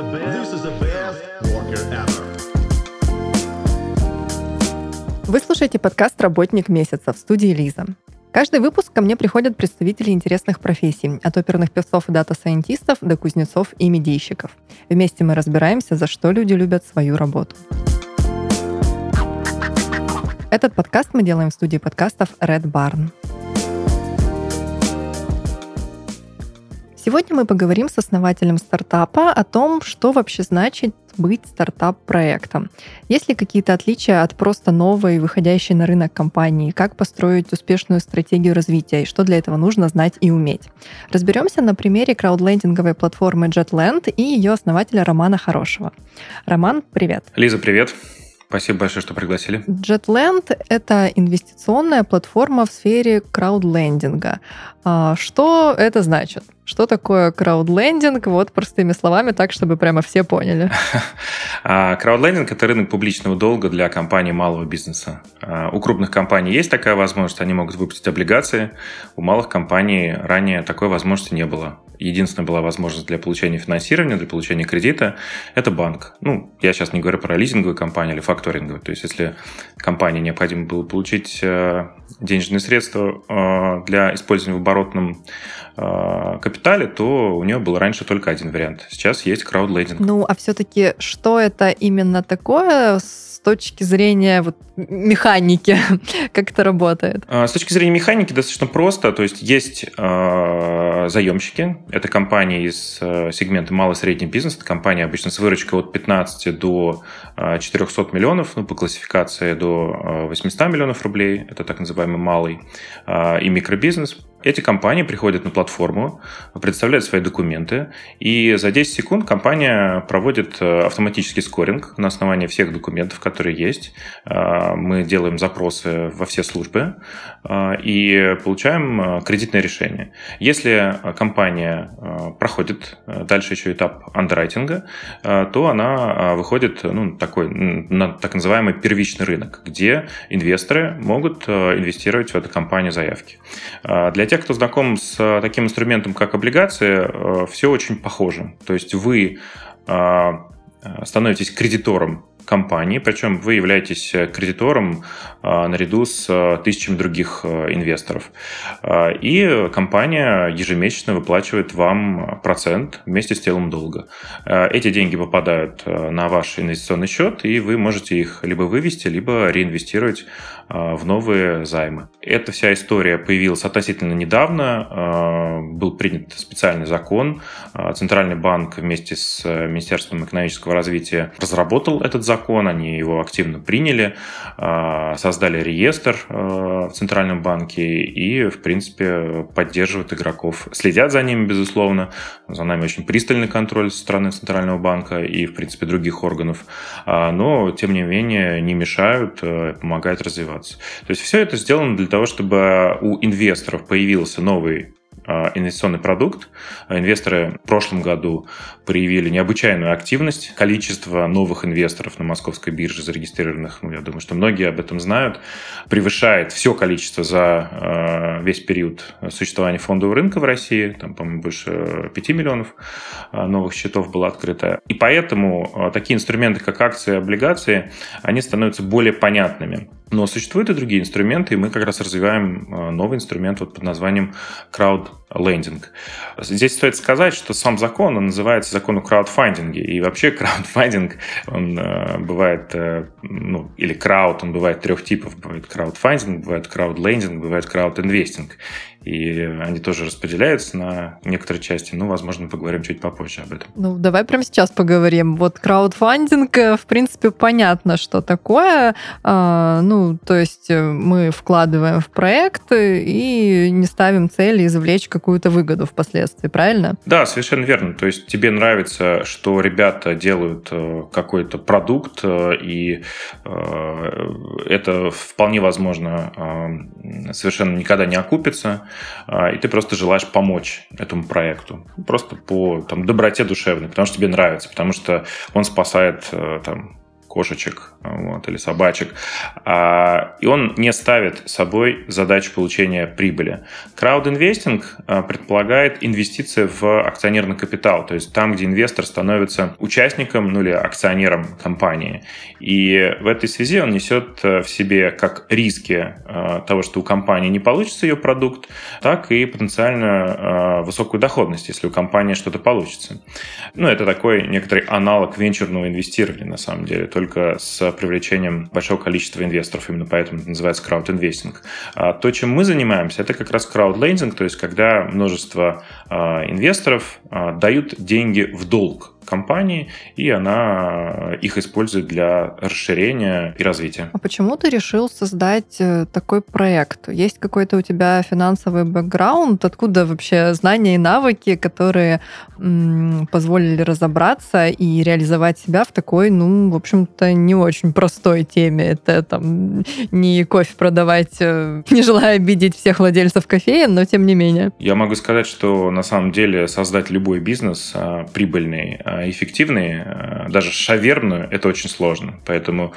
Вы слушаете подкаст «Работник месяца» в студии Лиза. Каждый выпуск ко мне приходят представители интересных профессий, от оперных певцов и дата-сайентистов до кузнецов и медийщиков. Вместе мы разбираемся, за что люди любят свою работу. Этот подкаст мы делаем в студии подкастов Red Barn. Сегодня мы поговорим с основателем стартапа о том, что вообще значит быть стартап-проектом. Есть ли какие-то отличия от просто новой, выходящей на рынок компании? Как построить успешную стратегию развития? И что для этого нужно знать и уметь? Разберемся на примере краудлендинговой платформы JetLand и ее основателя Романа Хорошего. Роман, привет. Лиза, привет. Спасибо большое, что пригласили. JetLand — это инвестиционная платформа в сфере краудлендинга. Что это значит? Что такое краудлендинг? Вот простыми словами, так, чтобы прямо все поняли. Краудлендинг — это рынок публичного долга для компаний малого бизнеса. У крупных компаний есть такая возможность, они могут выпустить облигации. У малых компаний ранее такой возможности не было. Единственная была возможность для получения финансирования, для получения кредита – это банк. Я сейчас не говорю про лизинговую компанию или факторинговую. То есть, если компании необходимо было получить денежные средства для использования в оборотном капитале, то у нее был раньше только один вариант. Сейчас есть краудлендинг. А все-таки что это именно такое с точки зрения механики, как это работает? С точки зрения механики достаточно просто. То есть заемщики. Это компании из сегмента малый и средний бизнес. Это компании обычно с выручкой от 15 до 400 миллионов, по классификации до 800 миллионов рублей. Это так называемый малый и микробизнес. Эти компании приходят на платформу, представляют свои документы, и за 10 секунд компания проводит автоматический скоринг на основании всех документов, которые есть. Мы делаем запросы во все службы и получаем кредитное решение. Если компания проходит дальше еще этап андеррайтинга, то она выходит на так называемый первичный рынок, где инвесторы могут инвестировать в эту компанию заявки. Для тех, кто знаком с таким инструментом, как облигации, все очень похоже. То есть вы становитесь кредитором компании, причем вы являетесь кредитором наряду с тысячами других инвесторов. И компания ежемесячно выплачивает вам процент вместе с телом долга. Эти деньги попадают на ваш инвестиционный счет, и вы можете их либо вывести, либо реинвестировать в новые займы. Эта вся история появилась относительно недавно. Был принят специальный закон. Центральный банк вместе с Министерством экономического развития разработал этот закон. Они его активно приняли, создали реестр в Центральном банке и, в принципе, поддерживают игроков. Следят за ними, безусловно. За нами очень пристальный контроль со стороны Центрального банка и, в принципе, других органов. Но, тем не менее, не мешают, помогают развиваться. То есть все это сделано для того, чтобы у инвесторов появился новый инвестиционный продукт. Инвесторы в прошлом году проявили необычайную активность. Количество новых инвесторов на московской бирже зарегистрированных, я думаю, что многие об этом знают, превышает все количество за весь период существования фондового рынка в России. Там, по-моему, больше 5 миллионов новых счетов было открыто. И поэтому такие инструменты, как акции и облигации, они становятся более понятными. Но существуют и другие инструменты, и мы как раз развиваем новый инструмент под названием краудлендинг. Здесь стоит сказать, что сам закон, он называется закон о краудфандинге. И вообще краудфандинг, он бывает, или крауд, он бывает трех типов. Бывает краудфандинг, бывает краудлендинг, бывает краудинвестинг. И они тоже распределяются на некоторые части. Возможно, мы поговорим чуть попозже об этом. Давай прямо сейчас поговорим. Краудфандинг, в принципе, понятно, что такое. То есть мы вкладываем в проект и не ставим цели извлечь какую-то выгоду впоследствии, правильно? Да, совершенно верно. То есть тебе нравится, что ребята делают какой-то продукт, и это вполне возможно совершенно никогда не окупится, и ты просто желаешь помочь этому проекту. Просто по доброте душевной, потому что тебе нравится, потому что он спасает кошечек или собачек. И он не ставит собой задачу получения прибыли. Краудинвестинг предполагает инвестиции в акционерный капитал, то есть там, где инвестор становится участником или акционером компании. И в этой связи он несет в себе как риски того, что у компании не получится ее продукт, так и потенциально высокую доходность, если у компании что-то получится. Это такой некоторый аналог венчурного инвестирования, на самом деле, только с привлечением большого количества инвесторов. Именно поэтому это называется краудинвестинг. То, чем мы занимаемся, это как раз краудлендинг, то есть когда множество инвесторов дают деньги в долг компании, и она их использует для расширения и развития. А почему ты решил создать такой проект? Есть какой-то у тебя финансовый бэкграунд? Откуда вообще знания и навыки, которые позволили разобраться и реализовать себя в такой, в общем-то, не очень простой теме? Это не кофе продавать, не желая обидеть всех владельцев кофеен, но тем не менее. Я могу сказать, что на самом деле создать любой бизнес прибыльный, эффективный, даже шаверную, это очень сложно. Поэтому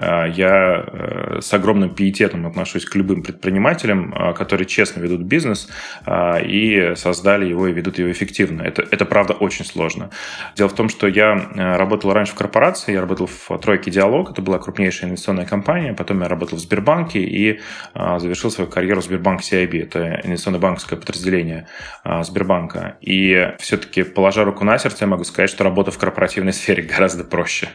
я с огромным пиететом отношусь к любым предпринимателям, которые честно ведут бизнес и создали его и ведут его эффективно. Это правда очень сложно. Дело в том, что я работал раньше в корпорации, я работал в тройке «Диалог», это была крупнейшая инвестиционная компания, потом я работал в Сбербанке и завершил свою карьеру в Сбербанк CIB, это инвестиционно-банковское подразделение Сбербанка. И все-таки, положа руку на сердце, я могу сказать, что работа в корпоративной сфере гораздо проще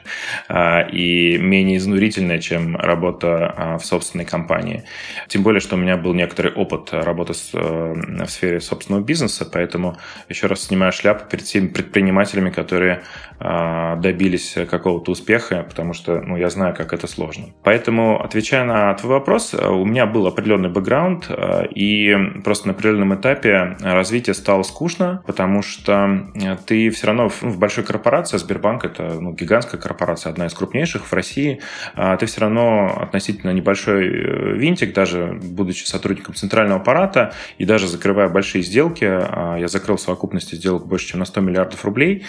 и менее изнурительная, чем работа в собственной компании. Тем более, что у меня был некоторый опыт работы в сфере собственного бизнеса, поэтому еще раз снимаю шляпу перед всеми предпринимателями, которые добились какого-то успеха, потому что я знаю, как это сложно. Поэтому, отвечая на твой вопрос, у меня был определенный бэкграунд, и просто на определенном этапе развитие стало скучно, потому что ты все равно в большой корпорации, Сбербанк — это гигантская корпорация, одна из крупнейших в России, ты все равно относительно небольшой винтик, даже будучи сотрудником центрального аппарата и даже закрывая большие сделки, я закрыл в совокупности сделок больше, чем на 100 миллиардов рублей,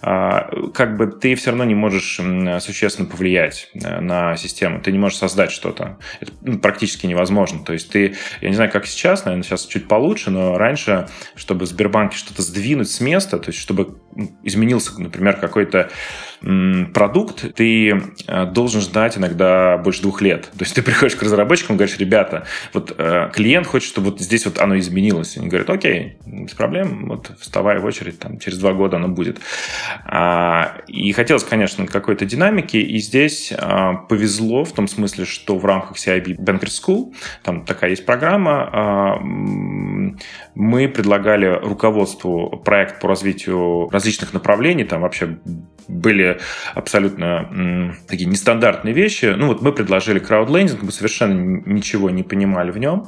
ты все равно не можешь существенно повлиять на систему, ты не можешь создать что-то. Это практически невозможно. То есть я не знаю, как сейчас, наверное, сейчас чуть получше, но раньше, чтобы в Сбербанке что-то сдвинуть с места, то есть чтобы изменился, например, какой-то продукт, ты должен ждать иногда больше 2 лет. То есть ты приходишь к разработчикам и говоришь: ребята, клиент хочет, чтобы здесь оно изменилось. Они говорят: окей, без проблем, вставай в очередь, через 2 года оно будет. И хотелось, конечно, какой-то динамики, и здесь повезло в том смысле, что в рамках CIB Bankers School, там такая есть программа, мы предлагали руководству проект по развитию различных направлений, там вообще были абсолютно такие нестандартные вещи. Мы предложили краудлендинг, мы совершенно ничего не понимали в нем,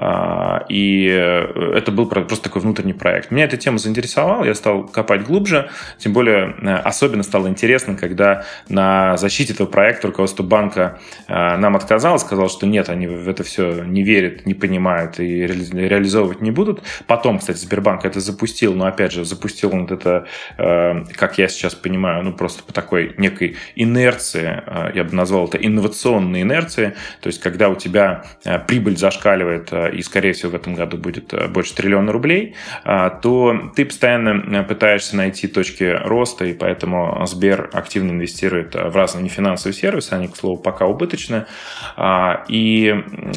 и это был просто такой внутренний проект. Меня эта тема заинтересовала, я стал копать глубже, тем более особенно стало интересно, когда на защите этого проекта руководство банка нам отказало, сказало, что нет, они в это все не верят, не понимают и реализовывать не будут. Потом, кстати, Сбербанк это запустил, но опять же запустил он это, как я сейчас понимаю, просто по такой некой инерции, я бы назвал это инновационной инерцией, то есть когда у тебя прибыль зашкаливает, и, скорее всего, в этом году будет больше 1 триллиона рублей, то ты постоянно пытаешься найти точки роста, и поэтому Сбер активно инвестирует в разные нефинансовые сервисы, они, к слову, пока убыточны, и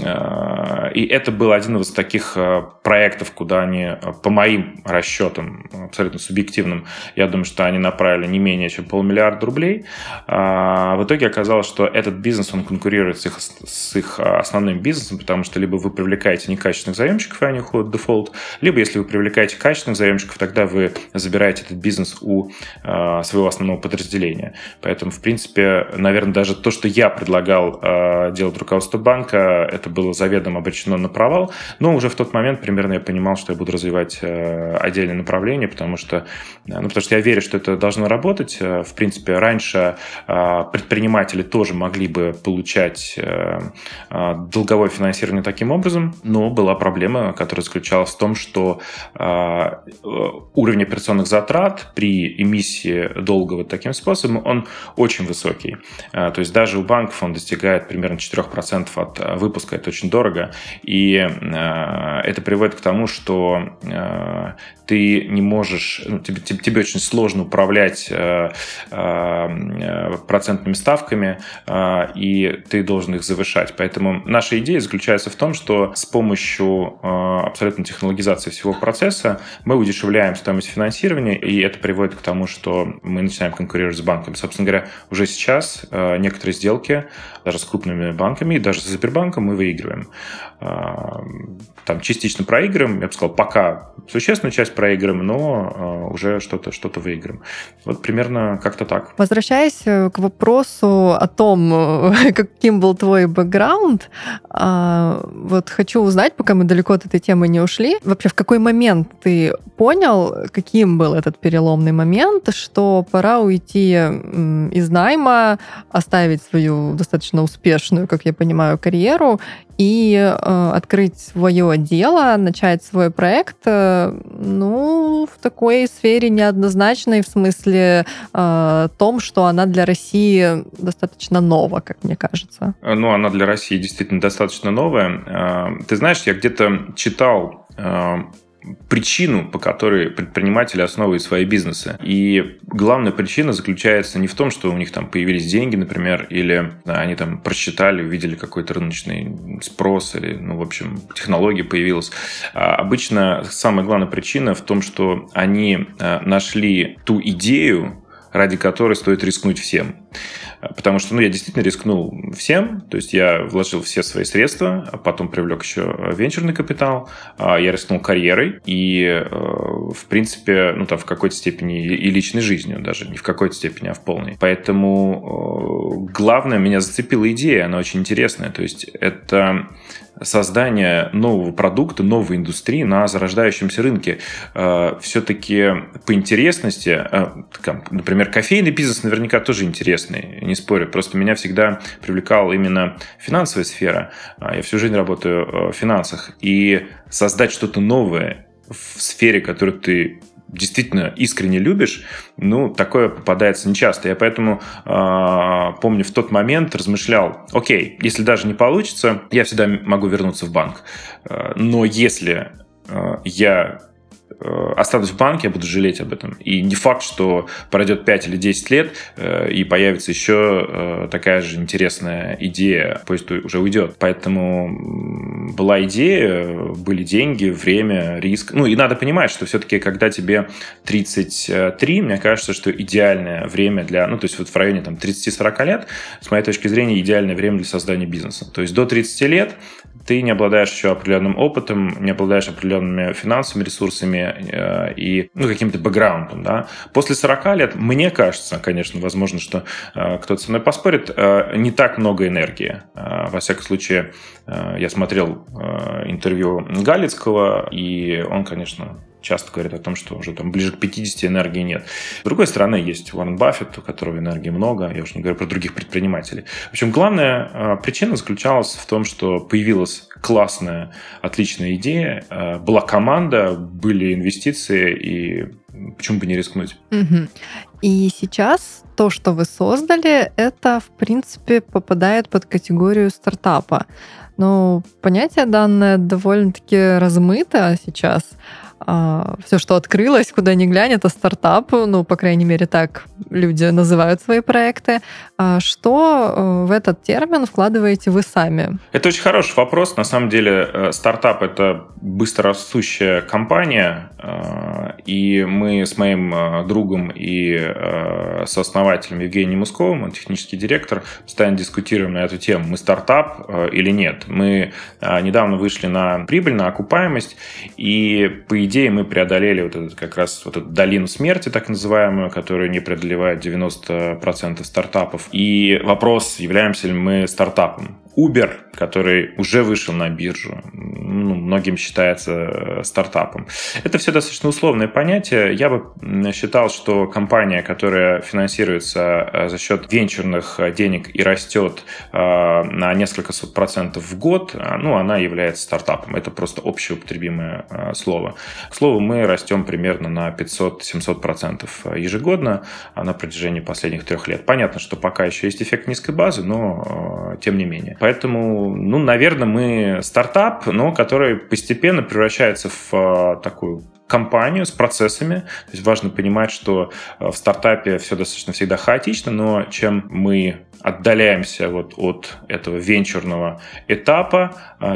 это был один из таких проектов, куда они, по моим расчетам, абсолютно субъективным, я думаю, что они направили не менее чем 500 миллиона рублей. В итоге оказалось, что этот бизнес, он конкурирует с их основным бизнесом, потому что либо вы привлекаете некачественных заемщиков, и они уходят в дефолт, либо если вы привлекаете качественных заемщиков, тогда вы забираете этот бизнес у своего основного подразделения. Поэтому, в принципе, наверное, даже то, что я предлагал делать руководству банка, это было заведомо обречено на провал, но уже в тот момент примерно я понимал, что я буду развивать отдельное направление, потому что я верю, что это должно работать, В принципе, раньше предприниматели тоже могли бы получать долговое финансирование таким образом, но была проблема, которая заключалась в том, что уровень операционных затрат при эмиссии долга вот таким способом, он очень высокий. То есть даже у банков он достигает примерно 4% от выпуска. Это очень дорого. И это приводит к тому, что ты не можешь, тебе очень сложно управлять процентными ставками, и ты должен их завышать. Поэтому наша идея заключается в том, что с помощью абсолютной технологизации всего процесса мы удешевляем стоимость финансирования, и это приводит к тому, что мы начинаем конкурировать с банками. Собственно говоря, уже сейчас некоторые сделки, даже с крупными банками, и даже с Сбербанком мы выигрываем. Там частично проигрываем, я бы сказал, пока существенную часть проигрываем, но уже что-то выиграем. Вот примерно как-то так. Возвращаясь к вопросу о том, каким был твой бэкграунд, вот хочу узнать, пока мы далеко от этой темы не ушли, вообще в какой момент ты понял, каким был этот переломный момент, что пора уйти из найма, оставить свою достаточно успешную, как я понимаю, карьеру и открыть свое дело, начать свой проект, в такой сфере неоднозначной, в смысле том, что она для России достаточно нова, как мне кажется. Она для России действительно достаточно новая. Ты знаешь, я где-то читал причину, по которой предприниматели основывают свои бизнесы. И главная причина заключается не в том, что у них там появились деньги, например, или они там просчитали, увидели какой-то рыночный спрос, или, технология появилась. Обычно самая главная причина в том, что они нашли ту идею, ради которой стоит рискнуть всем. Потому что, я действительно рискнул всем, то есть я вложил все свои средства, а потом привлек еще венчурный капитал, я рискнул карьерой и, в принципе, в какой-то степени и личной жизнью, даже не в какой-то степени, а в полной. Поэтому главное, меня зацепила идея, она очень интересная, то есть это создание нового продукта, новой индустрии на зарождающемся рынке. Все-таки по интересности, например, кофейный бизнес наверняка тоже интересный, не спорю. Просто меня всегда привлекала именно финансовая сфера. Я всю жизнь работаю в финансах. И создать что-то новое в сфере, которую ты действительно искренне любишь, такое попадается нечасто. Я поэтому, помню, в тот момент размышлял, окей, если даже не получится, я всегда могу вернуться в банк. Но если я останусь в банке, я буду жалеть об этом. И не факт, что пройдет 5 или 10 лет, и появится еще такая же интересная идея, поезд уже уйдет. Поэтому была идея, были деньги, время, риск. И надо понимать, что все-таки, когда тебе 33, мне кажется, что идеальное время для... то есть в районе 30-40 лет, с моей точки зрения, идеальное время для создания бизнеса. То есть до 30 лет ты не обладаешь еще определенным опытом, не обладаешь определенными финансовыми ресурсами и каким-то бэкграундом. Да? После 40 лет, мне кажется, конечно, возможно, что кто-то со мной поспорит, не так много энергии. Во всяком случае, я смотрел интервью Галицкого, и он, конечно, часто говорит о том, что уже ближе к 50 энергии нет. С другой стороны, есть Уоррен Баффет, у которого энергии много, я уж не говорю про других предпринимателей. В общем, главная причина заключалась в том, что появилась классная, отличная идея, была команда, были инвестиции, и почему бы не рискнуть? Угу. И сейчас то, что вы создали, это, в принципе, попадает под категорию стартапа. Но понятие данное довольно-таки размыто сейчас. Все, что открылось, куда ни глянь, это стартап. По крайней мере, так люди называют свои проекты. Что в этот термин вкладываете вы сами? Это очень хороший вопрос. На самом деле, стартап — это быстрорастущая компания, и мы с моим другом и сооснователем Евгением Усковым, он технический директор, постоянно дискутируем на эту тему. Мы стартап или нет? Мы недавно вышли на прибыль, на окупаемость, и по идее мы преодолели эту долину смерти, так называемую, которую не преодолевает 90% стартапов. И вопрос, являемся ли мы стартапом. Uber, который уже вышел на биржу, многим считается стартапом. Это все достаточно условное понятие. Я бы считал, что компания, которая финансируется за счет венчурных денег и растет на несколько процентов в год, она является стартапом. Это просто общеупотребимое слово. К слову, мы растем примерно на 500-700% ежегодно на протяжении последних 3 лет. Понятно, что пока еще есть эффект низкой базы, но тем не менее. Поэтому, наверное, мы стартап, но который постепенно превращается в такую компанию с процессами. То есть важно понимать, что в стартапе все достаточно всегда хаотично, но чем мы отдаляемся от этого венчурного этапа,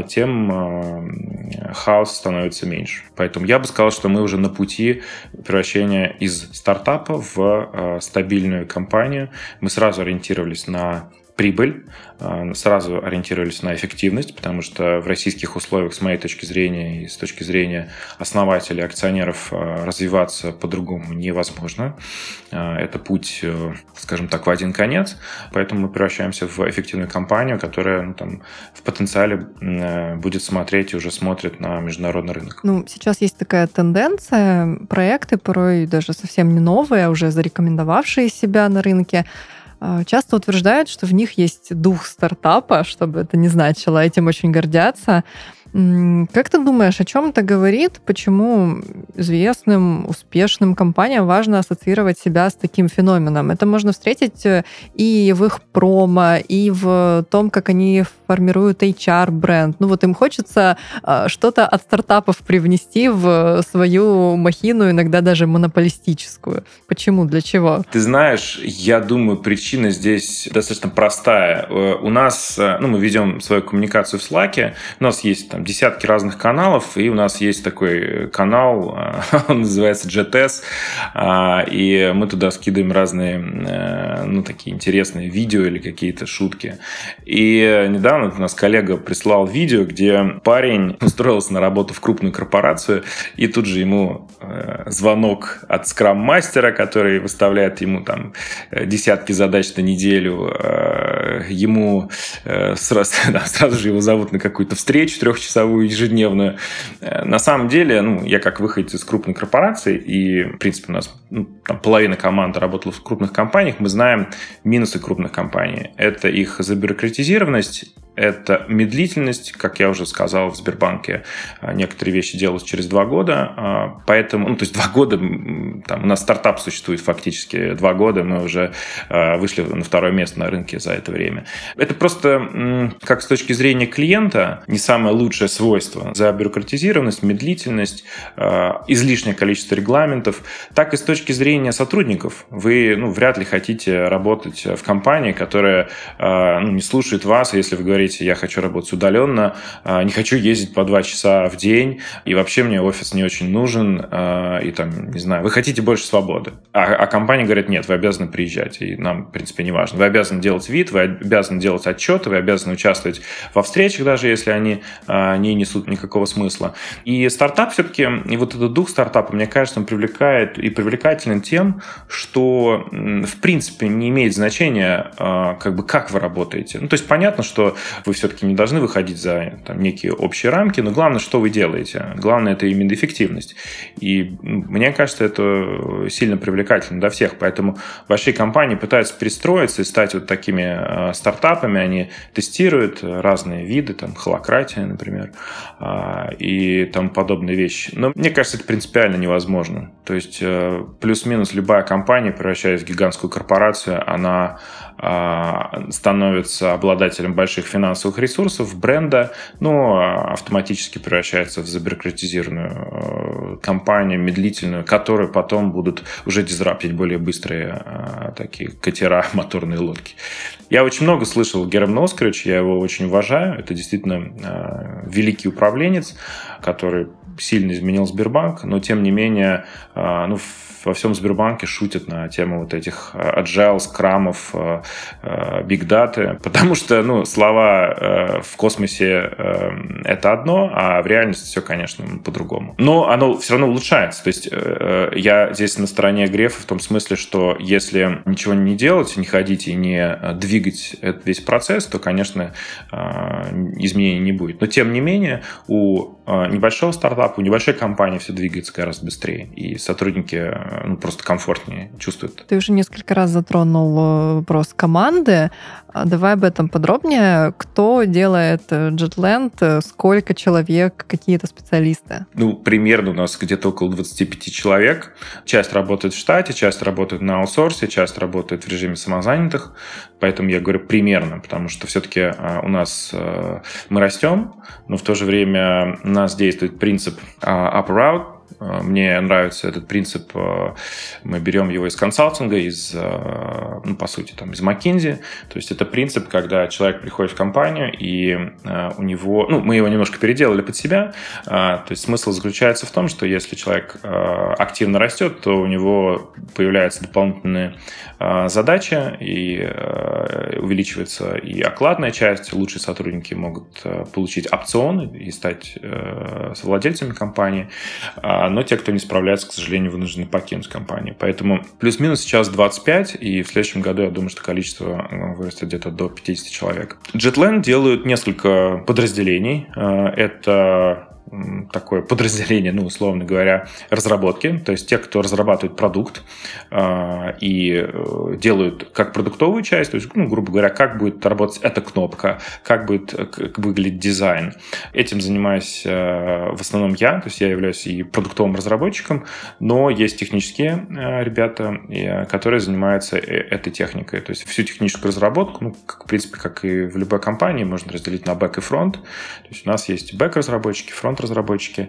тем хаос становится меньше. Поэтому я бы сказал, что мы уже на пути превращения из стартапа в стабильную компанию. Мы сразу ориентировались на прибыль, сразу ориентировались на эффективность, потому что в российских условиях, с моей точки зрения и с точки зрения основателей, акционеров, развиваться по-другому невозможно. Это путь, скажем так, в один конец, поэтому мы превращаемся в эффективную компанию, которая в потенциале будет смотреть и уже смотрит на международный рынок. Сейчас есть такая тенденция, проекты порой даже совсем не новые, а уже зарекомендовавшие себя на рынке, часто утверждают, что в них есть дух стартапа, что бы это ни значило, этим очень гордятся. Как ты думаешь, о чем это говорит? Почему известным, успешным компаниям важно ассоциировать себя с таким феноменом? Это можно встретить и в их промо, и в том, как они формируют HR-бренд. Им хочется что-то от стартапов привнести в свою махину, иногда даже монополистическую. Почему? Для чего? Ты знаешь, я думаю, причина здесь достаточно простая. У нас, мы ведем свою коммуникацию в Slack, у нас есть десятки разных каналов, и у нас есть такой канал, он называется JetS, и мы туда скидываем разные, такие интересные видео или какие-то шутки. И недавно у нас коллега прислал видео, где парень устроился на работу в крупную корпорацию, и тут же ему звонок от скрам-мастера, который выставляет ему десятки задач на неделю, ему сразу же его зовут на какую-то встречу 3-часовую, ежедневную. На самом деле, я как выходец из крупной корпорации, и, в принципе, у нас половина команды работала в крупных компаниях, мы знаем минусы крупных компаний. Это их забюрократизированность, это медлительность, как я уже сказал, в Сбербанке некоторые вещи делаются через 2 года, поэтому, 2 года, у нас стартап существует фактически 2 года, мы уже вышли на 2-е место на рынке за это время. Это просто, как с точки зрения клиента, не самое лучшее свойство. Забюрократизированность, медлительность, излишнее количество регламентов, так и с точки зрения сотрудников. Вы, вряд ли хотите работать в компании, которая не слушает вас, если вы говорите, я хочу работать удаленно, не хочу ездить по 2 часа в день, и вообще мне офис не очень нужен, и не знаю, вы хотите больше свободы. А компания говорит, нет, вы обязаны приезжать, и нам, в принципе, не важно. Вы обязаны делать вид, вы обязаны делать отчеты, вы обязаны участвовать во встречах, даже если они не несут никакого смысла. И стартап все-таки, и этот дух стартапа, мне кажется, он привлекает и привлекателен тем, что, в принципе, не имеет значения, как вы работаете. То есть понятно, что вы все-таки не должны выходить за некие общие рамки, но главное, что вы делаете. Главное, это именно эффективность. И мне кажется, это сильно привлекательно для всех. Поэтому большие компании пытаются перестроиться и стать такими стартапами. Они тестируют разные виды, холократия, например, и тому подобные вещи. Но мне кажется, это принципиально невозможно. То есть плюс-минус любая компания, превращаясь в гигантскую корпорацию, она становится обладателем больших финансовых ресурсов, бренда, но автоматически превращается в забюрократизированную компанию, медлительную, которую потом будут уже дизраптить более быстрые такие катера, моторные лодки. Я очень много слышал Германа Оскаровича, я его очень уважаю. Это действительно великий управленец, который сильно изменил Сбербанк, но тем не менее, во всем Сбербанке шутят на тему вот этих agile, скрамов, big data, потому что, слова в космосе это одно, а в реальности все, конечно, по-другому. Но оно все равно улучшается. То есть я здесь на стороне Грефа в том смысле, что если ничего не делать, не ходить и не двигать этот весь процесс, то, конечно, изменений не будет. Но, тем не менее, у небольшого стартапа, у небольшой компании все двигается гораздо быстрее, и сотрудники просто комфортнее чувствуют. Ты уже несколько раз затронул вопрос команды. Давай об этом подробнее. Кто делает JetLand? Сколько человек? Какие-то специалисты? Примерно у нас где-то около 25 человек. Часть работает в штате, часть работает на аутсорсе, часть работает в режиме самозанятых. Поэтому я говорю примерно, потому что все-таки у нас мы растем, но в то же время у нас действует принцип up or out. Мне нравится этот принцип. Мы берем его из консалтинга, по сути, из McKinsey. То есть это принцип, когда человек приходит в компанию, и у него... мы его немножко переделали под себя. То есть смысл заключается в том, что если человек активно растет, то у него появляются дополнительные задачи, и увеличивается и окладная часть. Лучшие сотрудники могут получить опционы и стать совладельцами компании. Но те, кто не справляется, к сожалению, вынуждены покинуть компанию. Поэтому плюс-минус сейчас 25, и в следующем году я думаю, что количество вырастет где-то до 50 человек. JetLand делают несколько подразделений. Это такое подразделение, условно говоря, разработки, то есть те, кто разрабатывает продукт и делают как продуктовую часть, то есть, грубо говоря, как будет работать эта кнопка, как будет выглядеть дизайн. Этим занимаюсь в основном я, то есть я являюсь и продуктовым разработчиком, но есть технические ребята, которые занимаются этой техникой, то есть всю техническую разработку, в принципе, как и в любой компании, можно разделить на бэк и фронт, то есть у нас есть бэк-разработчики, фронт-разработчики.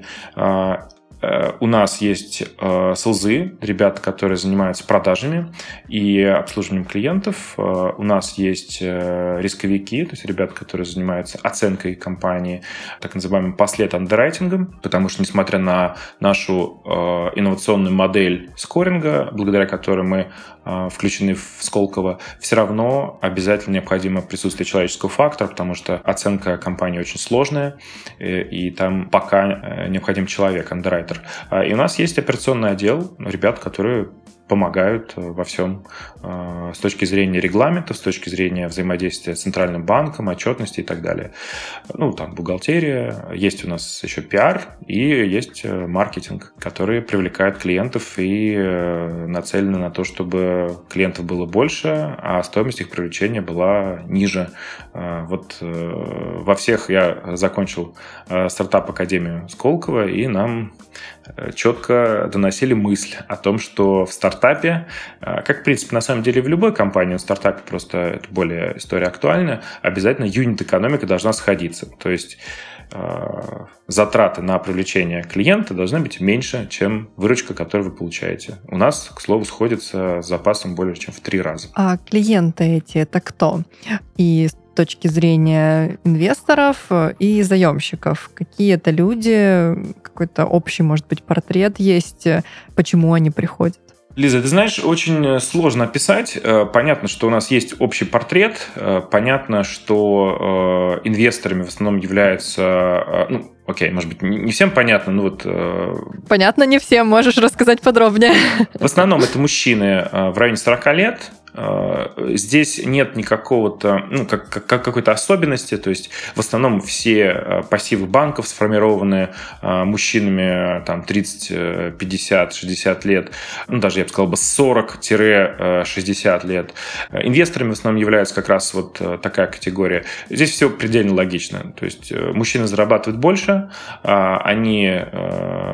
У нас есть селзы, ребята, которые занимаются продажами и обслуживанием клиентов. У нас есть рисковики, то есть ребята, которые занимаются оценкой компании, так называемым послед-андеррайтингом, потому что, несмотря на нашу инновационную модель скоринга, благодаря которой мы включены в Сколково, все равно обязательно необходимо присутствие человеческого фактора, потому что оценка компании очень сложная, и там пока необходим человек, андеррайтер. И у нас есть операционный отдел, ребят, которые помогают во всем с точки зрения регламента, с точки зрения взаимодействия с Центральным банком, отчетности и так далее. Там бухгалтерия, есть у нас еще пиар и есть маркетинг, который привлекает клиентов и нацелены на то, чтобы клиентов было больше, а стоимость их привлечения была ниже. Во всех я закончил стартап-академию Сколково, и нам четко доносили мысль о том, что в стартапе, как, в принципе, на самом деле в любой компании, в стартапе просто это более история актуальна, обязательно юнит-экономика должна сходиться. То есть затраты на привлечение клиента должны быть меньше, чем выручка, которую вы получаете. У нас, к слову, сходится с запасом более чем в 3 раза. А клиенты эти — это кто? И с точки зрения инвесторов и заемщиков, какие это люди, какой-то общий, может быть, портрет есть, почему они приходят? Лиза, ты знаешь, очень сложно описать. Понятно, что у нас есть общий портрет. Понятно, что инвесторами в основном являются... может быть, не всем понятно, Понятно не всем, можешь рассказать подробнее. В основном это мужчины в районе 40 лет. Здесь нет никакого-то, какой-то особенности, то есть в основном все пассивы банков сформированы мужчинами 30, 50, 60 лет, даже я бы сказал 40-60 лет. Инвесторами в основном является как раз такая категория. Здесь все предельно логично, то есть мужчины зарабатывают больше, они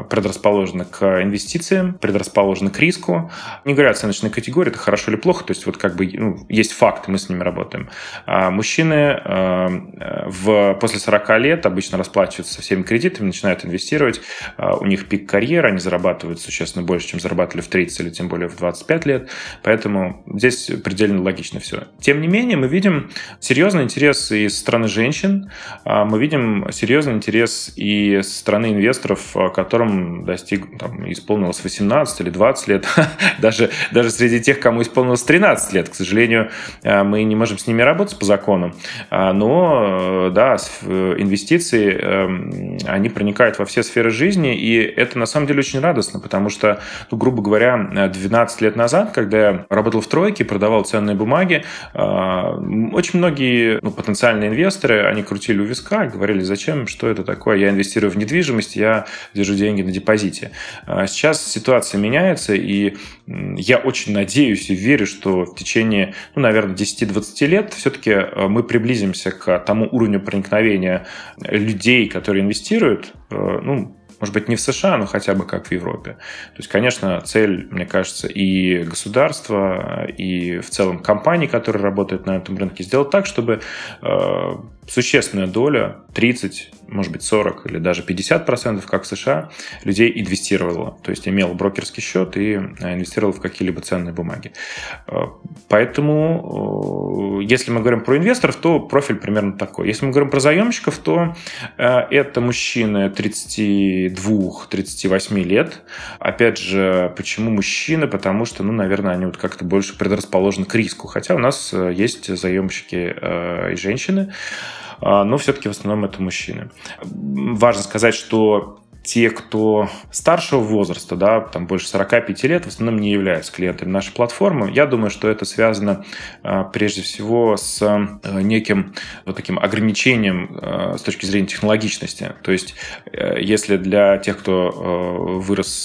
предрасположены к инвестициям, предрасположены к риску. Не говоря о оценочной категории, это хорошо или плохо, то есть вот как бы есть факт, мы с ними работаем. Мужчины после 40 лет обычно расплачиваются со всеми кредитами, начинают инвестировать. У них пик карьеры, они зарабатывают существенно больше, чем зарабатывали в 30 или тем более в 25 лет. Поэтому здесь предельно логично все. Тем не менее, мы видим серьезный интерес и со стороны женщин, мы видим серьезный интерес и со стороны инвесторов, которым исполнилось 18 или 20 лет, даже среди тех, кому исполнилось 13 лет. К сожалению, мы не можем с ними работать по закону, но да, инвестиции, они проникают во все сферы жизни, и это на самом деле очень радостно, потому что, грубо говоря, 12 лет назад, когда я работал в тройке, продавал ценные бумаги, очень многие потенциальные инвесторы, они крутили у виска и говорили: зачем, что это такое, я инвестирую в недвижимость, я держу деньги на депозите. Сейчас ситуация меняется, и я очень надеюсь и верю, что в течение, наверное, 10-20 лет все-таки мы приблизимся к тому уровню проникновения людей, которые инвестируют, может быть, не в США, но хотя бы как в Европе. То есть, конечно, цель, мне кажется, и государства, и в целом компаний, которые работают на этом рынке, сделать так, чтобы существенная доля, 30, может быть, 40 или даже 50%, как в США, людей инвестировала. То есть имела брокерский счет и инвестировала в какие-либо ценные бумаги. Поэтому, если мы говорим про инвесторов, то профиль примерно такой. Если мы говорим про заемщиков, то это мужчины 32-38 лет. Опять же, почему мужчины? Потому что, наверное, они как-то больше предрасположены к риску. Хотя у нас есть заемщики и женщины, но все-таки в основном это мужчины. Важно сказать, что те, кто старшего возраста, там больше 45 лет, в основном не являются клиентами нашей платформы. Я думаю, что это связано прежде всего с неким таким ограничением с точки зрения технологичности. То есть, если для тех, кто вырос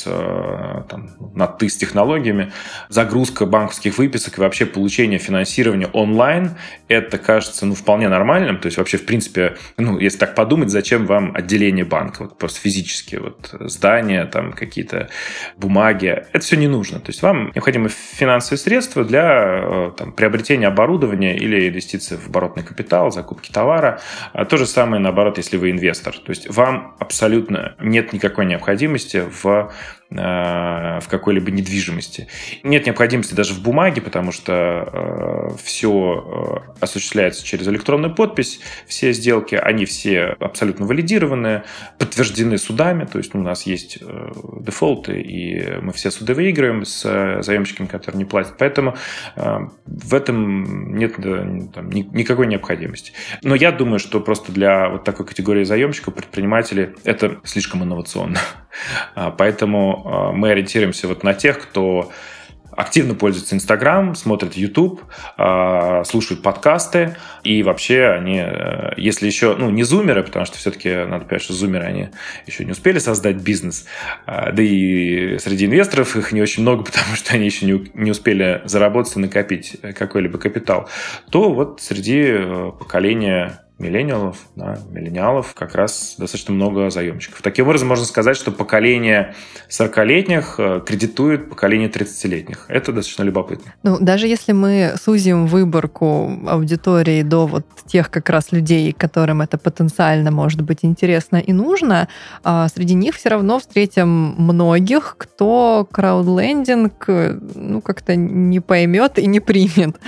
на «ты» с технологиями, загрузка банковских выписок и вообще получение финансирования онлайн, это кажется вполне нормальным. То есть, вообще, в принципе, если так подумать, зачем вам отделение банка, просто физически, здания, какие-то бумаги. Это все не нужно. То есть вам необходимы финансовые средства для приобретения оборудования или инвестиций в оборотный капитал, закупки товара. То же самое, наоборот, если вы инвестор. То есть вам абсолютно нет никакой необходимости в какой-либо недвижимости. Нет необходимости даже в бумаге, потому что все осуществляется через электронную подпись, все сделки, они все абсолютно валидированы, подтверждены судами, то есть у нас есть дефолты, и мы все суды выигрываем с заемщиками, которые не платят, поэтому в этом нет никакой необходимости. Но я думаю, что просто для вот такой категории заемщиков, предпринимателей, это слишком инновационно. Поэтому мы ориентируемся на тех, кто активно пользуется Instagram, смотрит YouTube, слушают подкасты, и вообще они, если еще, не зумеры, потому что все-таки надо понять, что зумеры, они еще не успели создать бизнес, да и среди инвесторов их не очень много, потому что они еще не успели заработать и накопить какой-либо капитал, то среди поколения миллениалов как раз достаточно много заемщиков. Таким образом, можно сказать, что поколение 40-летних кредитует поколение 30-летних. Это достаточно любопытно. Даже если мы сузим выборку аудитории до тех как раз людей, которым это потенциально может быть интересно и нужно, среди них все равно встретим многих, кто краудлендинг как-то не поймет и не примет.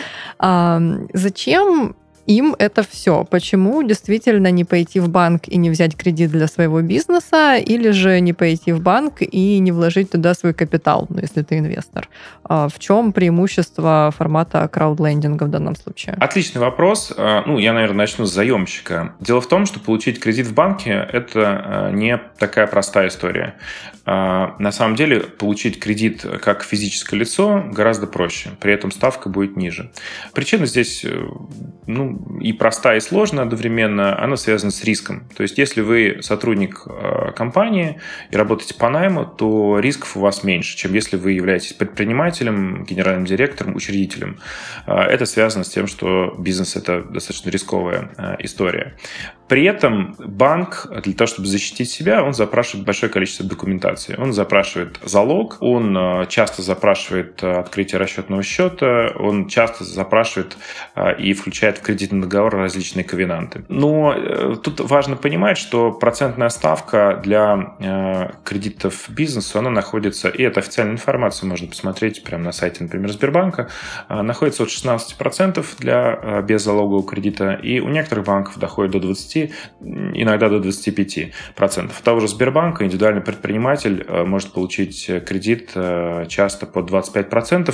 Зачем им это все? Почему действительно не пойти в банк и не взять кредит для своего бизнеса, или же не пойти в банк и не вложить туда свой капитал, если ты инвестор? В чем преимущество формата краудлендинга в данном случае? Отличный вопрос. Я, наверное, начну с заемщика. Дело в том, что получить кредит в банке – это не такая простая история. На самом деле, получить кредит как физическое лицо гораздо проще. При этом ставка будет ниже. Причина здесь и простая, и сложная одновременно, она связана с риском. То есть, если вы сотрудник компании и работаете по найму, то рисков у вас меньше, чем если вы являетесь предпринимателем, генеральным директором, учредителем. Это связано с тем, что бизнес – это достаточно рисковая история. При этом банк для того, чтобы защитить себя, он запрашивает большое количество документации. Он запрашивает залог, он часто запрашивает открытие расчетного счета, он часто запрашивает и включает в кредитный договор различные ковенанты. Но тут важно понимать, что процентная ставка для кредитов бизнесу, она находится, и это официальная информация, можно посмотреть прямо на сайте, например, Сбербанка, находится от 16% для беззалогового кредита, и у некоторых банков доходит до 20%, иногда до 25%. У того же Сбербанка индивидуальный предприниматель может получить кредит часто под 25%,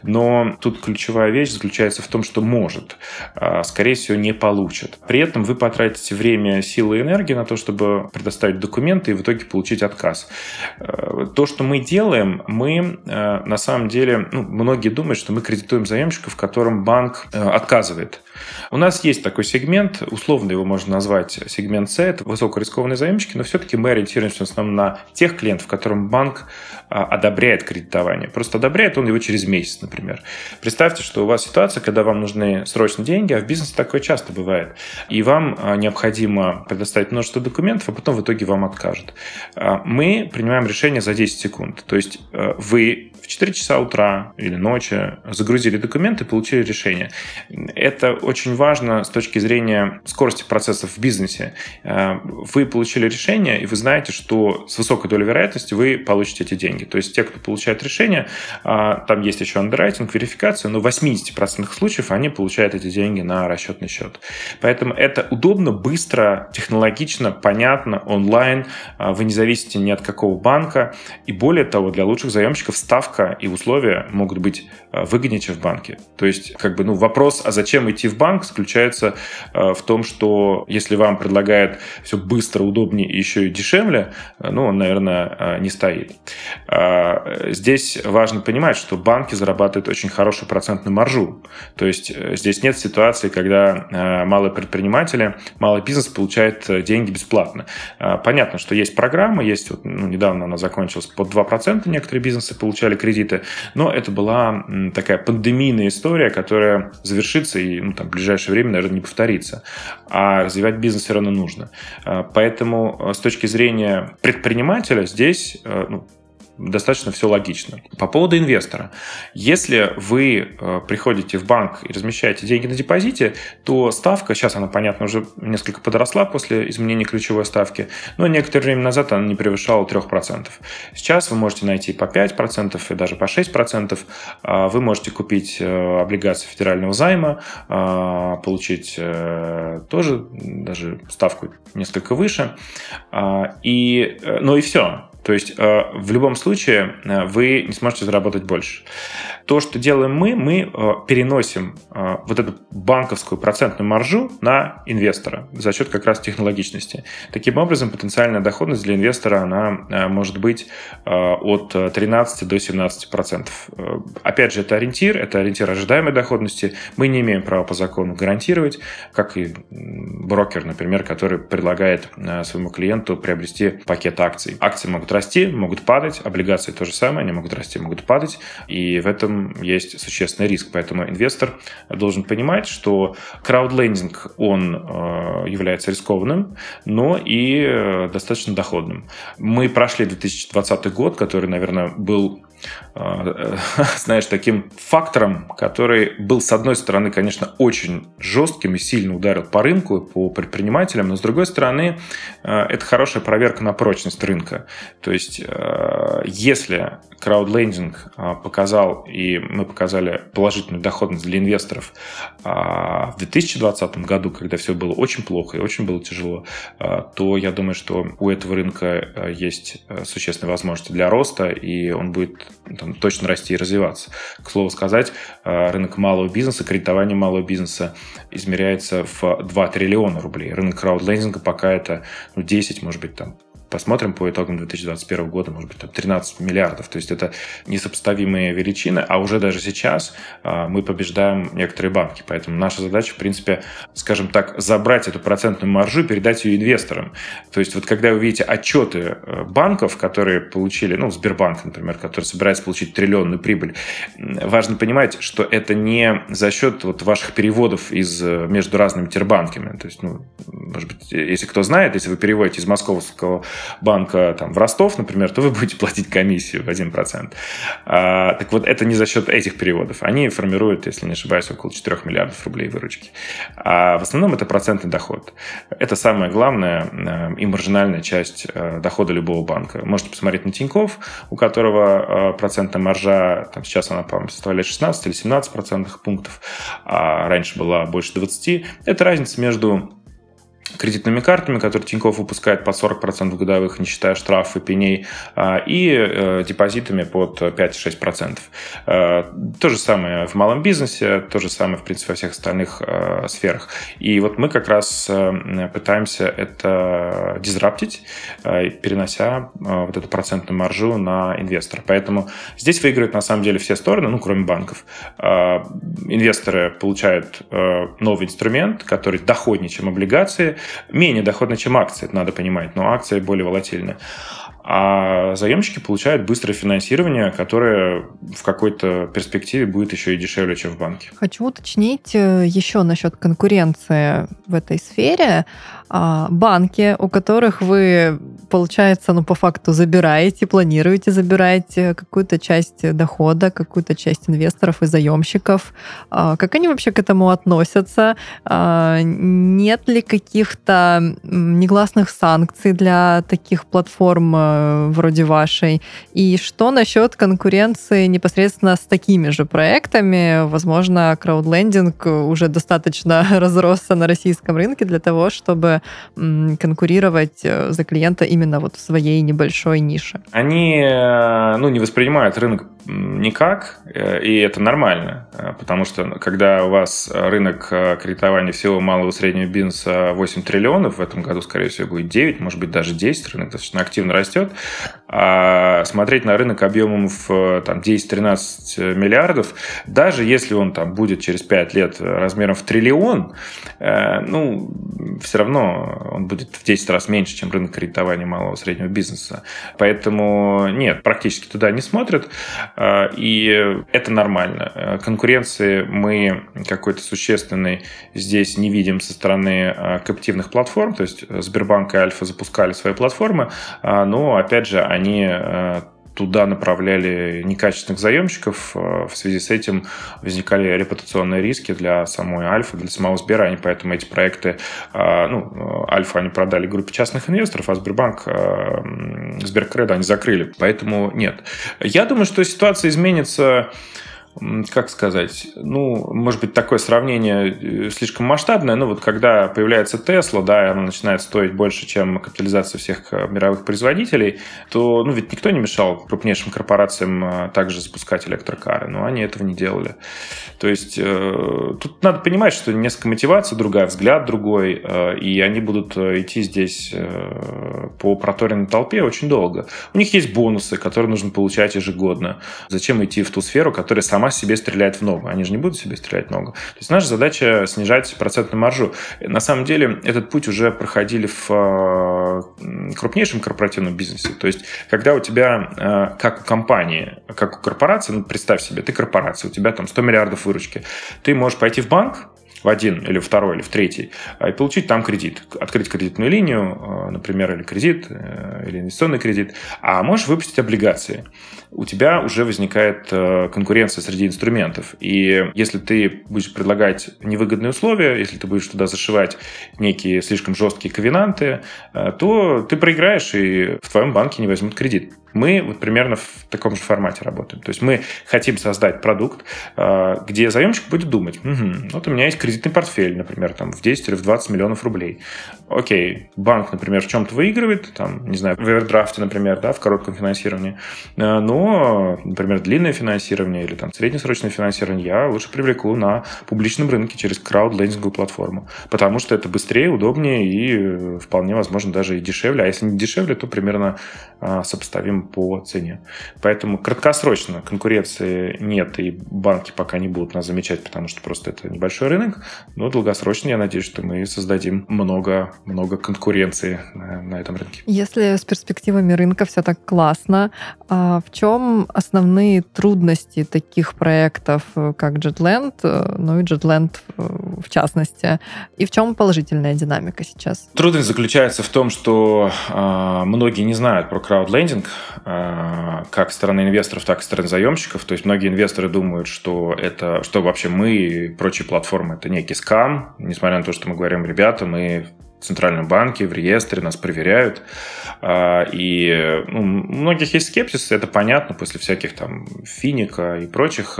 но тут ключевая вещь заключается в том, что может, скорее всего, не получит. При этом вы потратите время, силы и энергию на то, чтобы предоставить документы и в итоге получить отказ. То, что мы делаем, мы на самом деле, многие думают, что мы кредитуем заемщиков, которым банк отказывает. У нас есть такой сегмент, условно его можно назвать сегмент С, это высокорискованные заемщики, но все-таки мы ориентируемся в основном на тех клиентов, которым банк одобряет кредитование. Просто одобряет он его через месяц, например. Представьте, что у вас ситуация, когда вам нужны срочно деньги, а в бизнесе такое часто бывает, и вам необходимо предоставить множество документов, а потом в итоге вам откажут. Мы принимаем решение за 10 секунд. То есть вы в 4 часа утра или ночи загрузили документы и получили решение. Это очень важно с точки зрения скорости процессов в бизнесе. Вы получили решение, и вы знаете, что с высокой долей вероятности вы получите эти деньги. То есть те, кто получает решение, там есть еще андеррайтинг, верификация, но в 80% случаев они получают эти деньги на расчетный счет. Поэтому это удобно, быстро, технологично, понятно, онлайн. Вы не зависите ни от какого банка. И более того, для лучших заемщиков ставка и условия могут быть выгоднее, чем в банке. То есть вопрос, а зачем идти в банк, заключается в том, что если вам предлагают все быстро, удобнее и еще и дешевле, он, наверное, не стоит. Здесь важно понимать, что банки зарабатывают очень хорошую процентную маржу. То есть здесь нет ситуации, когда малые предприниматели, малый бизнес получает деньги бесплатно. Понятно, что есть программы, есть недавно она закончилась, под 2% некоторые бизнесы получали кредиты, но это была такая пандемийная история, которая завершится и в ближайшее время, наверное, не повторится. А развивать бизнес все равно нужно. Поэтому с точки зрения предпринимателя здесь достаточно все логично. По поводу инвестора. Если вы приходите в банк и размещаете деньги на депозите, то ставка, сейчас она, понятно, уже несколько подросла после изменения ключевой ставки, но некоторое время назад она не превышала 3%. Сейчас вы можете найти по 5% и даже по 6%. Вы можете купить облигации федерального займа, получить тоже даже ставку несколько выше. И все. То есть в любом случае вы не сможете заработать больше. То, что делаем мы переносим вот эту банковскую процентную маржу на инвестора за счет как раз технологичности. Таким образом, потенциальная доходность для инвестора она может быть от 13 до 17%. Опять же, это ориентир ожидаемой доходности. Мы не имеем права по закону гарантировать, как и брокер, например, который предлагает своему клиенту приобрести пакет акций. Акции могут расти, могут падать, облигации то же самое, они могут расти, могут падать, и в этом есть существенный риск. Поэтому инвестор должен понимать, что краудлендинг, он является рискованным, но и достаточно доходным. Мы прошли 2020 год, который, наверное, был таким фактором, который был, с одной стороны, конечно, очень жестким и сильно ударил по рынку, по предпринимателям, но, с другой стороны, это хорошая проверка на прочность рынка. То есть, если краудлендинг показал, и мы показали положительную доходность для инвесторов в 2020 году, когда все было очень плохо и очень было тяжело, то я думаю, что у этого рынка есть существенные возможности для роста, и он будет точно расти и развиваться. К слову сказать, рынок малого бизнеса, кредитование малого бизнеса измеряется в 2 триллиона рублей. Рынок краудлендинга пока это 10, может быть, посмотрим по итогам 2021 года, может быть, там 13 миллиардов. То есть это несопоставимые величины, а уже даже сейчас мы побеждаем некоторые банки. Поэтому наша задача, в принципе, скажем так, забрать эту процентную маржу и передать ее инвесторам. То есть вот когда вы видите отчеты банков, которые получили, Сбербанк, например, который собирается получить триллионную прибыль, важно понимать, что это не за счет ваших переводов между разными тербанками. То есть, может быть, если кто знает, если вы переводите из московского банка в Ростов, например, то вы будете платить комиссию в 1%. Так вот, это не за счет этих переводов. Они формируют, если не ошибаюсь, около 4 миллиардов рублей выручки. А в основном это процентный доход. Это самая главная и маржинальная часть дохода любого банка. Можете посмотреть на Тинькофф, у которого процентная маржа, сейчас она, по-моему, составляет 16 или 17 процентных пунктов, а раньше была больше 20. Это разница между кредитными картами, которые Тинькофф выпускает под 40% годовых, не считая штрафов и пеней, и депозитами под 5-6%. То же самое в малом бизнесе, то же самое, в принципе, во всех остальных сферах. И вот мы как раз пытаемся это дизраптить, перенося вот эту процентную маржу на инвестора. Поэтому здесь выигрывают на самом деле все стороны, кроме банков. Инвесторы получают новый инструмент, который доходнее, чем облигации, менее доходно, чем акции, это надо понимать, но акции более волатильны. А заемщики получают быстрое финансирование, которое в какой-то перспективе будет еще и дешевле, чем в банке. Хочу уточнить еще насчет конкуренции в этой сфере. Банки, у которых вы, получается, по факту забираете, планируете забирать какую-то часть дохода, какую-то часть инвесторов и заемщиков. Как они вообще к этому относятся? Нет ли каких-то негласных санкций для таких платформ вроде вашей? И что насчет конкуренции непосредственно с такими же проектами? Возможно, краудлендинг уже достаточно разросся на российском рынке для того, чтобы конкурировать за клиента именно в своей небольшой нише. Они не воспринимают рынок никак, и это нормально, потому что когда у вас рынок кредитования всего малого и среднего бизнеса 8 триллионов, в этом году, скорее всего, будет 9, может быть, даже 10, рынок достаточно активно растет, а смотреть на рынок объемом в 10-13 миллиардов, даже если он будет через 5 лет размером в триллион, все равно он будет в 10 раз меньше, чем рынок кредитования малого и среднего бизнеса. Поэтому нет, практически туда не смотрят. И это нормально. Конкуренции мы какой-то существенной здесь не видим со стороны капитивных платформ. То есть Сбербанк и Альфа запускали свои платформы, но, опять же, они туда направляли некачественных заемщиков. В связи с этим возникали репутационные риски для самой Альфа, для самого Сбера. Они поэтому эти проекты, Альфа они продали группе частных инвесторов, а Сбербанк, Сберкредо они закрыли. Поэтому нет. Я думаю, что ситуация изменится. Как сказать, может быть, такое сравнение слишком масштабное, но когда появляется Тесла, да, и она начинает стоить больше, чем капитализация всех мировых производителей, то, ведь никто не мешал крупнейшим корпорациям также запускать электрокары, но они этого не делали. То есть тут надо понимать, что несколько мотиваций другая, взгляд другой, и они будут идти здесь по проторенной толпе очень долго. У них есть бонусы, которые нужно получать ежегодно. Зачем идти в ту сферу, которая сама себе стреляет в ногу? Они же не будут себе стрелять в ногу. То есть наша задача снижать процентную маржу. На самом деле этот путь уже проходили в крупнейшем корпоративном бизнесе. То есть когда у тебя, как у компании, как у корпорации, представь себе, ты корпорация, у тебя 100 миллиардов выручки. Ты можешь пойти в банк, в один, или второй, или в третий, и получить там кредит. Открыть кредитную линию, например, или кредит, или инвестиционный кредит. А можешь выпустить облигации. У тебя уже возникает конкуренция среди инструментов. И если ты будешь предлагать невыгодные условия, если ты будешь туда зашивать некие слишком жесткие ковенанты, то ты проиграешь, и в твоем банке не возьмут кредит. Мы вот примерно в таком же формате работаем. То есть мы хотим создать продукт, где заемщик будет думать, вот у меня есть кредитный портфель, например, там, в 10 или в 20 миллионов рублей. Окей, банк, например, в чем-то выигрывает, там, не знаю, в овердрафте, например, да, в коротком финансировании, но, например, длинное финансирование или там среднесрочное финансирование я лучше привлеку на публичном рынке через краудлендинговую платформу, потому что это быстрее, удобнее и вполне возможно даже и дешевле, а если не дешевле, то примерно сопоставим по цене. Поэтому краткосрочно конкуренции нет, и банки пока не будут нас замечать, потому что просто это небольшой рынок, но долгосрочно я надеюсь, что мы создадим много конкуренции на этом рынке. Если с перспективами рынка все так классно, в чем основные трудности таких проектов, как JetLand, ну и JetLand в частности, и в чем положительная динамика сейчас? Трудность заключается в том, что многие не знают про краудлендинг, как со стороны инвесторов, так и со стороны заемщиков. То есть многие инвесторы думают, что вообще мы и прочие платформы — это некий скам, несмотря на то, что мы говорим, ребята, мы в Центральном банке, в реестре, нас проверяют. И у многих есть скепсис, это понятно, после всяких там Финика и прочих.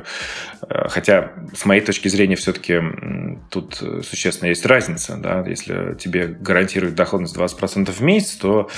Хотя, с моей точки зрения, все-таки тут существенно есть разница. Да? Если тебе гарантируют доходность 20% в месяц, то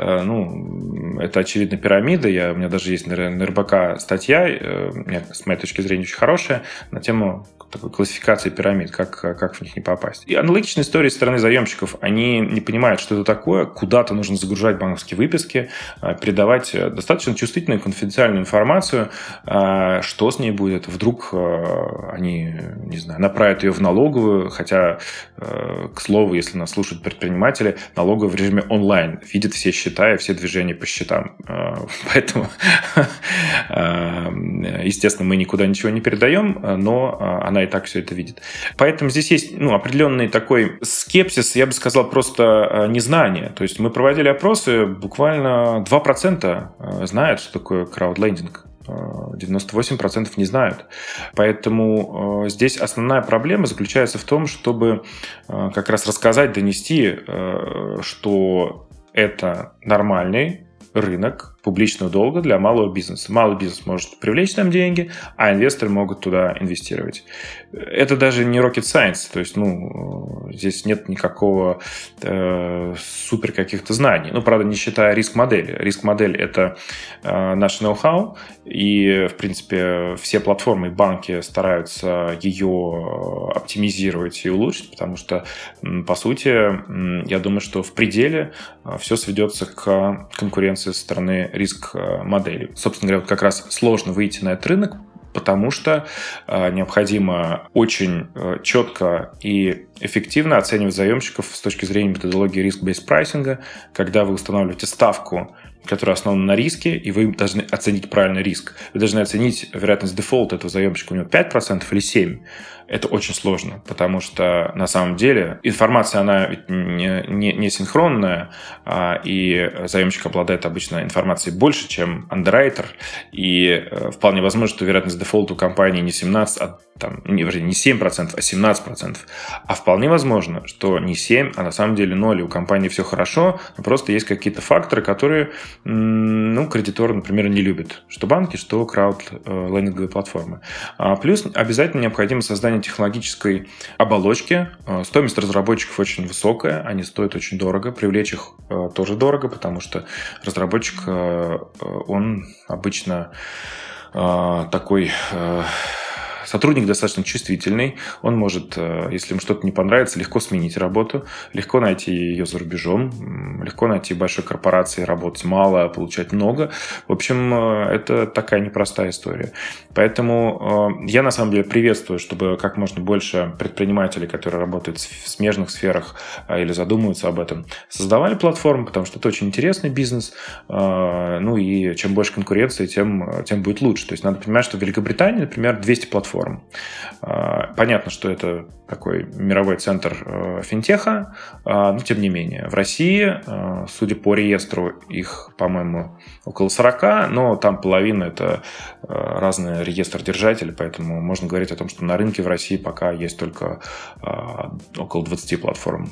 это, очевидно, пирамида. У меня даже есть на РБК статья, с моей точки зрения, очень хорошая, на тему такой классификации пирамид, как в них не попасть. И аналогичная история со стороны заемщиков. Они не понимают, что это такое, куда-то нужно загружать банковские выписки, передавать достаточно чувствительную конфиденциальную информацию, что с ней будет. Вдруг они, не знаю, направят ее в налоговую, хотя, к слову, если нас слушают предприниматели, налоговая в режиме онлайн видит все счета и все движения по счетам. Поэтому, естественно, мы никуда ничего не передаем, но она и так все это видит. Поэтому здесь есть определенный такой скепсис, я бы сказал, просто незнание. То есть мы проводили опросы, буквально 2% знают, что такое краудлендинг. 98% не знают. Поэтому здесь основная проблема заключается в том, чтобы как раз рассказать, донести, что это нормальный рынок публичного долга для малого бизнеса. Малый бизнес может привлечь там деньги, а инвесторы могут туда инвестировать. Это даже не rocket science, то есть, здесь нет никакого супер каких-то знаний. Правда, не считая риск-модели. Риск-модель — это наш ноу-хау, и, в принципе, все платформы и банки стараются ее оптимизировать и улучшить, потому что, по сути, я думаю, что в пределе все сведется к конкуренции со стороны риск-модели. Собственно говоря, как раз сложно выйти на этот рынок, потому что необходимо очень четко и эффективно оценивать заемщиков с точки зрения методологии risk-based прайсинга, когда вы устанавливаете ставку, которая основана на риске, и вы должны оценить правильный риск. Вы должны оценить вероятность дефолта этого заемщика, у него 5% или 7%. Это очень сложно, потому что на самом деле информация, она ведь не синхронная, и заемщик обладает обычно информацией больше, чем андеррайтер, и вполне возможно, что вероятность дефолта у компании не 17%, не 7%, а 17%. А вполне возможно, что не 7%, а на самом деле 0%, и у компании все хорошо, но просто есть какие-то факторы, которые кредиторы, например, не любят. Что банки, что краудлендинговые платформы. Плюс обязательно необходимо создание технологической оболочки. Стоимость разработчиков очень высокая, они стоят очень дорого. Привлечь их тоже дорого, потому что разработчик, он обычно такой... Сотрудник достаточно чувствительный, он может, если ему что-то не понравится, легко сменить работу, легко найти ее за рубежом, легко найти в большой корпорации, работать мало, получать много. В общем, это такая непростая история. Поэтому я на самом деле приветствую, чтобы как можно больше предпринимателей, которые работают в смежных сферах или задумываются об этом, создавали платформы, потому что это очень интересный бизнес. И чем больше конкуренции, тем будет лучше. То есть надо понимать, что в Великобритании, например, 200 платформ платформ. Понятно, что это такой мировой центр финтеха, но тем не менее. В России, судя по реестру, их, по-моему, около 40, но там половина – это разные реестродержатели, поэтому можно говорить о том, что на рынке в России пока есть только около 20 платформ.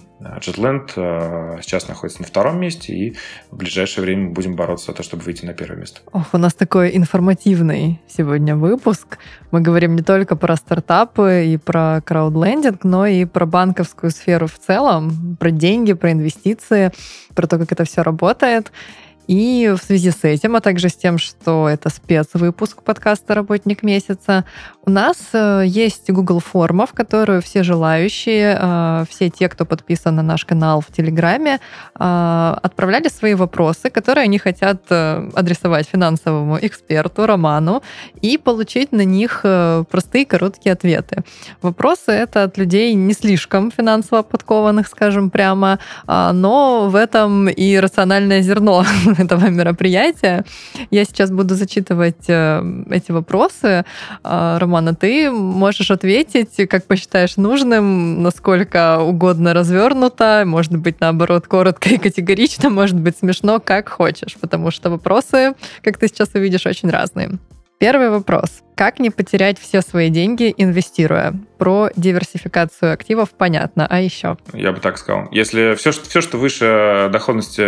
JetLand сейчас находится на втором месте, и в ближайшее время мы будем бороться за то, чтобы выйти на первое место. Ох, у нас такой информативный сегодня выпуск. Мы говорим не только про стартапы и про краудлендинг, но и про банковскую сферу в целом, про деньги, про инвестиции, про то, как это все работает. И в связи с этим, а также с тем, что это спецвыпуск подкаста «Работник месяца», у нас есть Google форма, в которую все желающие, все те, кто подписан на наш канал в Телеграме, отправляли свои вопросы, которые они хотят адресовать финансовому эксперту Роману и получить на них простые короткие ответы. Вопросы это от людей не слишком финансово подкованных, скажем прямо, но в этом и рациональное зерно этого мероприятия. Я сейчас буду зачитывать эти вопросы. Романа, ты можешь ответить, как посчитаешь нужным, насколько угодно развернуто, может быть, наоборот, коротко и категорично, может быть, смешно, как хочешь, потому что вопросы, как ты сейчас увидишь, очень разные. Первый вопрос. Как не потерять все свои деньги, инвестируя? Про диверсификацию активов понятно, а еще? Я бы так сказал. Если все, что выше доходности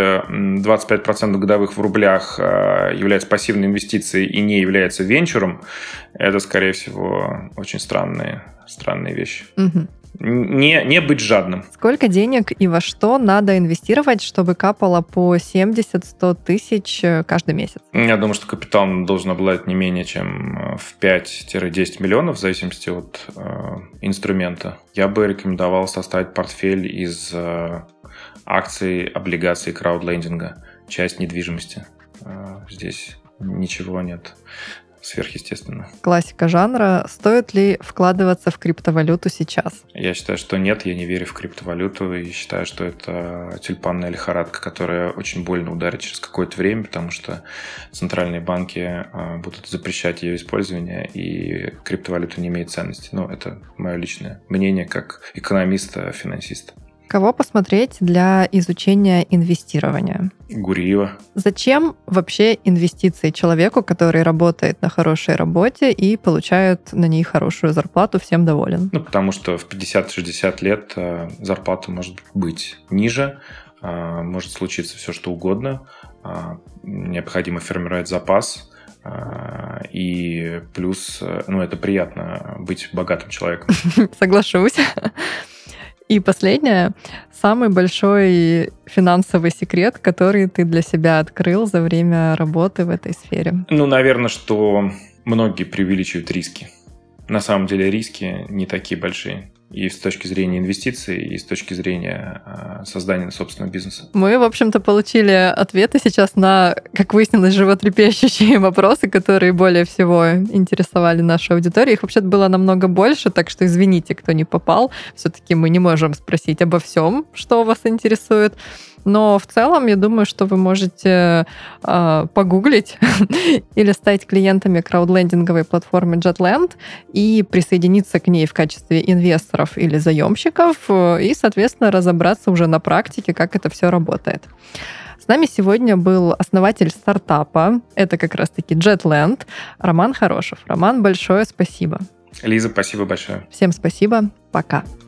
25% годовых в рублях является пассивной инвестицией и не является венчуром, это, скорее всего, очень странные вещи. Угу. Не быть жадным. Сколько денег и во что надо инвестировать, чтобы капало по 70-100 тысяч каждый месяц? Я думаю, что капитал должен обладать не менее чем в 5-10 миллионов, в зависимости от инструмента. Я бы рекомендовал составить портфель из акций, облигаций, краудлендинга, часть недвижимости. Здесь ничего нет сверхъестественно. Классика жанра. Стоит ли вкладываться в криптовалюту сейчас? Я считаю, что нет, я не верю в криптовалюту и считаю, что это тюльпанная лихорадка, которая очень больно ударит через какое-то время, потому что центральные банки будут запрещать ее использование, и криптовалюта не имеет ценности. Ну, это мое личное мнение как экономиста, финансиста. Кого посмотреть для изучения инвестирования? Гуриева. Зачем вообще инвестиции человеку, который работает на хорошей работе и получает на ней хорошую зарплату, всем доволен? Ну, потому что в 50-60 лет зарплата может быть ниже, может случиться все, что угодно. Необходимо формировать запас. И плюс, это приятно быть богатым человеком. Соглашусь. И последнее. Самый большой финансовый секрет, который ты для себя открыл за время работы в этой сфере? Наверное, что многие преувеличивают риски. На самом деле риски не такие большие. И с точки зрения инвестиций, и с точки зрения создания собственного бизнеса. Мы, в общем-то, получили ответы сейчас на, как выяснилось, животрепещущие вопросы, которые более всего интересовали нашу аудиторию. Их вообще-то было намного больше, так что извините, кто не попал. Все-таки мы не можем спросить обо всем, что вас интересует. Но в целом, я думаю, что вы можете погуглить или стать клиентами краудлендинговой платформы JetLand и присоединиться к ней в качестве инвесторов или заемщиков и, соответственно, разобраться уже на практике, как это все работает. С нами сегодня был основатель стартапа, это как раз-таки JetLand, Роман Хорошев. Роман, большое спасибо. Лиза, спасибо большое. Всем спасибо. Пока.